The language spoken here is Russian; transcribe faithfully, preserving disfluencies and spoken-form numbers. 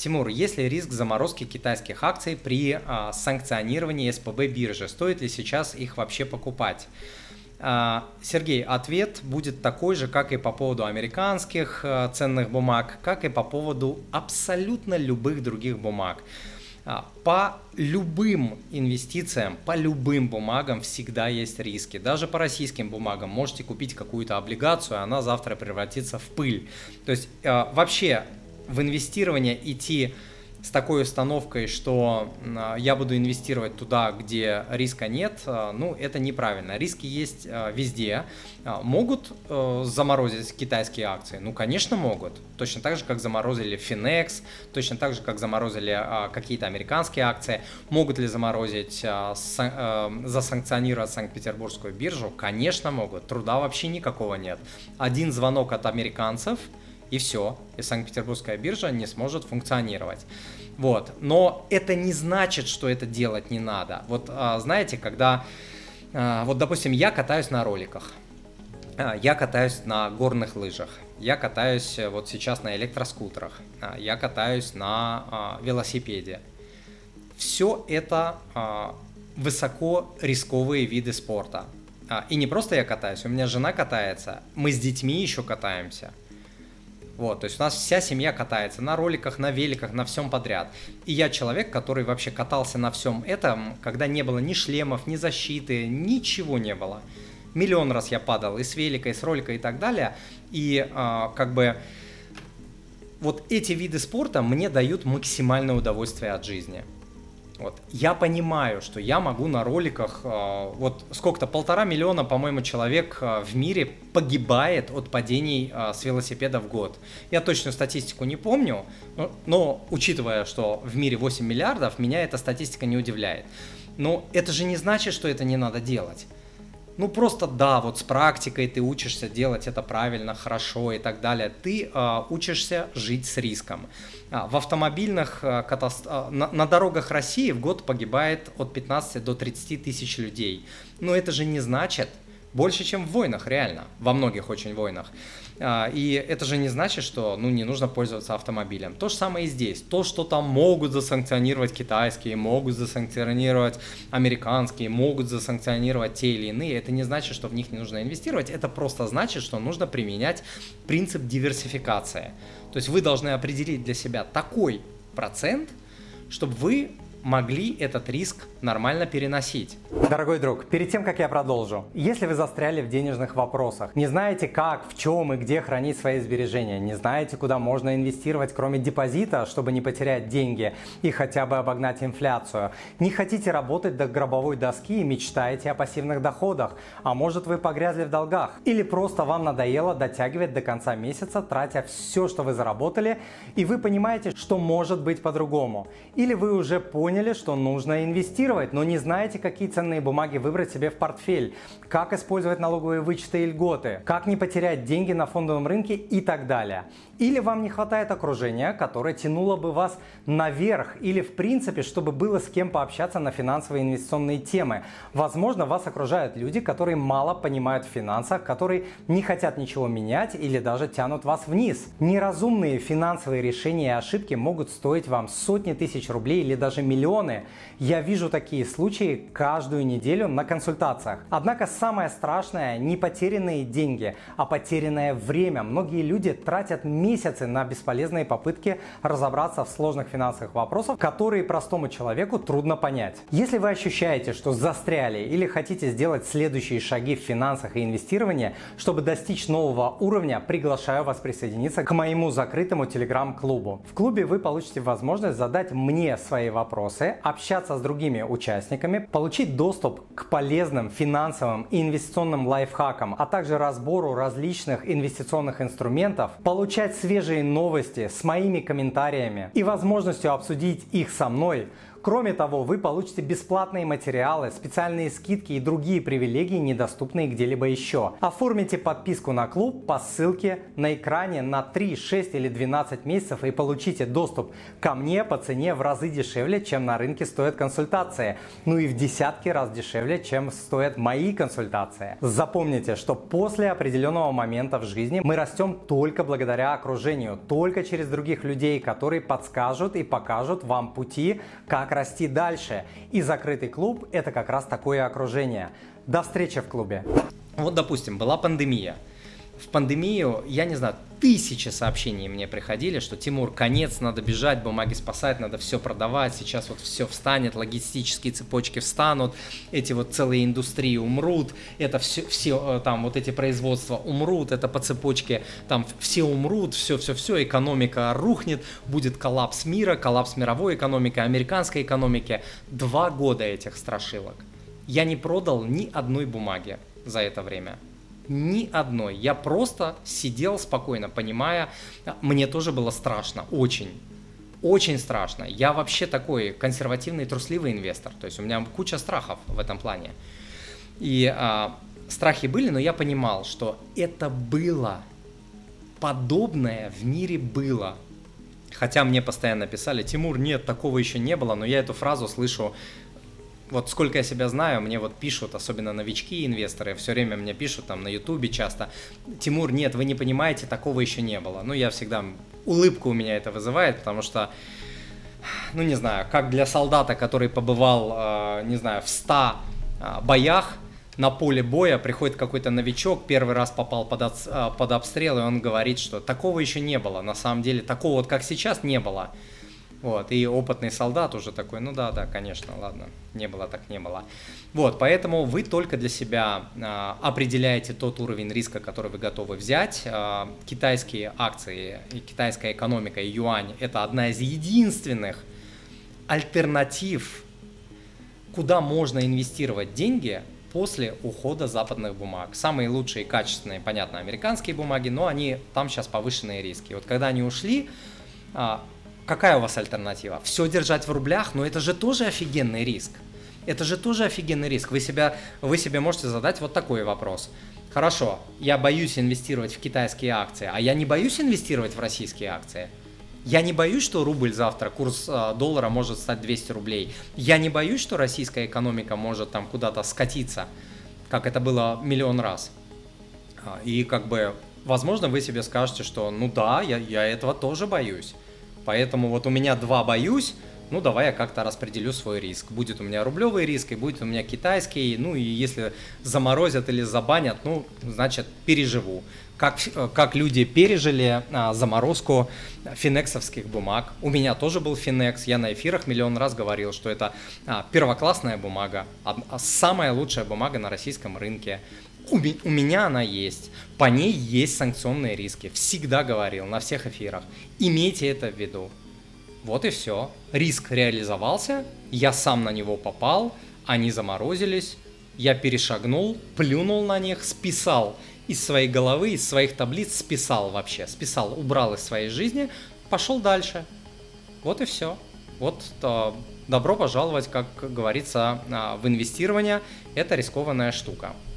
Тимур, есть ли риск заморозки китайских акций при а, санкционировании эс пэ бэ биржи? Стоит ли сейчас их вообще покупать? А, Сергей, ответ будет такой же, как и по поводу американских а, ценных бумаг, как и по поводу абсолютно любых других бумаг. А, по любым инвестициям, по любым бумагам всегда есть риски. Даже по российским бумагам можете купить какую-то облигацию, она завтра превратится в пыль. То есть а, вообще в инвестирование идти с такой установкой, что э, я буду инвестировать туда, где риска нет, э, ну, это неправильно. Риски есть э, везде. Э, могут э, заморозить китайские акции? Ну, конечно, могут. Точно так же, как заморозили Finex, точно так же, как заморозили э, какие-то американские акции. Могут ли заморозить, э, сан- э, засанкционировать Санкт-Петербургскую биржу? Конечно, могут. Труда вообще никакого нет. Один звонок от американцев, и все, и Санкт-Петербургская биржа не сможет функционировать. Вот. Но это не значит, что это делать не надо. Вот знаете, когда, вот допустим, я катаюсь на роликах, я катаюсь на горных лыжах, я катаюсь вот сейчас на электроскутерах, я катаюсь на велосипеде. Все это высоко рисковые виды спорта. И не просто я катаюсь, у меня жена катается, мы с детьми еще катаемся. Вот, то есть у нас вся семья катается на роликах, на великах, на всем подряд. И я человек, который вообще катался на всем этом, когда не было ни шлемов, ни защиты, ничего не было. Миллион раз я падал и с велика, и с ролика, и так далее. И э, как бы вот эти виды спорта мне дают максимальное удовольствие от жизни. Вот. Я понимаю, что я могу на роликах, э, вот сколько-то, полтора миллиона, по-моему, человек э, в мире погибает от падений э, с велосипеда в год. Я точную статистику не помню, но, но учитывая, что в мире восемь миллиардов, меня эта статистика не удивляет. Но это же не значит, что это не надо делать. Ну просто да, вот с практикой ты учишься делать это правильно, хорошо и так далее. Ты э, учишься жить с риском. А, в автомобильных э, катастро... на, на дорогах России в год погибает от пятнадцати до тридцати тысяч людей. Но это же не значит больше, чем в войнах, реально, во многих очень войнах. А, и это же не значит, что ну, не нужно пользоваться автомобилем. То же самое и здесь. То, что там могут засанкционировать китайские, могут засанкционировать американские, могут засанкционировать те или иные, это не значит, что в них не нужно инвестировать. Это просто значит, что нужно применять принцип диверсификации. То есть вы должны определить для себя такой процент, чтобы вы могли этот риск нормально переносить. Дорогой друг, перед тем, как я продолжу, если вы застряли в денежных вопросах, не знаете как, в чем и где хранить свои сбережения, не знаете, куда можно инвестировать, кроме депозита, чтобы не потерять деньги и хотя бы обогнать инфляцию, не хотите работать до гробовой доски и мечтаете о пассивных доходах, а может вы погрязли в долгах, или просто вам надоело дотягивать до конца месяца, тратя все, что вы заработали, и вы понимаете, что может быть по-другому, или вы уже поняли, что нужно инвестировать, но не знаете, какие ценные бумаги выбрать себе в портфель, как использовать налоговые вычеты и льготы, как не потерять деньги на фондовом рынке и так далее. Или вам не хватает окружения, которое тянуло бы вас наверх, или в принципе, чтобы было с кем пообщаться на финансовые инвестиционные темы. Возможно, вас окружают люди, которые мало понимают в финансах, которые не хотят ничего менять или даже тянут вас вниз. Неразумные финансовые решения и ошибки могут стоить вам сотни тысяч рублей или даже миллионы. Я вижу такие случаи каждую неделю на консультациях. Однако самое страшное не потерянные деньги, а потерянное время. Многие люди тратят месяцы на бесполезные попытки разобраться в сложных финансовых вопросах, которые простому человеку трудно понять. Если вы ощущаете, что застряли или хотите сделать следующие шаги в финансах и инвестировании, чтобы достичь нового уровня, приглашаю вас присоединиться к моему закрытому телеграм-клубу. В клубе вы получите возможность задать мне свои вопросы, общаться с другими участниками, получить доступ к полезным финансовым и инвестиционным лайфхакам, а также разбору различных инвестиционных инструментов, получать свежие новости с моими комментариями и возможностью обсудить их со мной, Кроме того, вы получите бесплатные материалы, специальные скидки и другие привилегии, недоступные где-либо еще. Оформите подписку на клуб по ссылке на экране на три, шесть или двенадцать месяцев и получите доступ ко мне по цене в разы дешевле, чем на рынке стоят консультации. Ну и в десятки раз дешевле, чем стоят мои консультации. Запомните, что после определенного момента в жизни мы растем только благодаря окружению, только через других людей, которые подскажут и покажут вам пути, как расти дальше. И закрытый клуб – это как раз такое окружение. До встречи в клубе. Вот, допустим, была пандемия. В пандемию, я не знаю, тысячи сообщений мне приходили, что Тимур, конец, надо бежать, бумаги спасать, надо все продавать, сейчас вот все встанет, логистические цепочки встанут, эти вот целые индустрии умрут, это все, все там вот эти производства умрут, это по цепочке, там все умрут, все-все-все, экономика рухнет, будет коллапс мира, коллапс мировой экономики, американской экономики. Два года этих страшилок. Я не продал ни одной бумаги за это время. Ни одной. Я просто сидел спокойно, понимая, мне тоже было страшно, очень, очень страшно. Я вообще такой консервативный, трусливый инвестор, то есть у меня куча страхов в этом плане. И а, страхи были, но я понимал, что это было, подобное в мире было. Хотя мне постоянно писали: Тимур, нет, такого еще не было, но я эту фразу слышу. Вот сколько я себя знаю, мне вот пишут, особенно новички, инвесторы, все время мне пишут там на ютубе часто: Тимур, нет, вы не понимаете, такого еще не было. Ну, я всегда, улыбку у меня это вызывает, потому что, ну, не знаю, как для солдата, который побывал, э, не знаю, в ста э, боях, на поле боя приходит какой-то новичок, первый раз попал под, от, э, под обстрел, и он говорит, что такого еще не было, на самом деле, такого вот, как сейчас, не было. Вот, и опытный солдат уже такой: ну да, да, конечно, ладно, не было так не было. Вот, поэтому вы только для себя а, определяете тот уровень риска, который вы готовы взять. А, китайские акции и китайская экономика и юань – это одна из единственных альтернатив, куда можно инвестировать деньги после ухода западных бумаг. Самые лучшие, качественные, понятно, американские бумаги, но они там сейчас повышенные риски. Вот когда они ушли, а, какая у вас альтернатива? Все держать в рублях, но это же тоже офигенный риск. Это же тоже офигенный риск. Вы, себя, вы себе можете задать вот такой вопрос. Хорошо, я боюсь инвестировать в китайские акции, а я не боюсь инвестировать в российские акции. Я не боюсь, что рубль завтра, курс э, доллара может стать двести рублей. Я не боюсь, что российская экономика может там куда-то скатиться, как это было миллион раз. И как бы, возможно, вы себе скажете, что ну да, я, я этого тоже боюсь. Поэтому вот у меня два боюсь, ну давай я как-то распределю свой риск. Будет у меня рублевый риск и будет у меня китайский, ну и если заморозят или забанят, ну значит переживу. Как, как люди пережили а, заморозку финексовских бумаг. У меня тоже был финекс, я на эфирах миллион раз говорил, что это а, первоклассная бумага, а, самая лучшая бумага на российском рынке. У, у меня она есть, по ней есть санкционные риски, всегда говорил на всех эфирах. Имейте это в виду. Вот и все. Риск реализовался, я сам на него попал, они заморозились, я перешагнул, плюнул на них, списал из своей головы, из своих таблиц, списал вообще, списал, убрал из своей жизни, пошел дальше. Вот и все. Вот то, добро пожаловать, как говорится, в инвестирование. Это рискованная штука.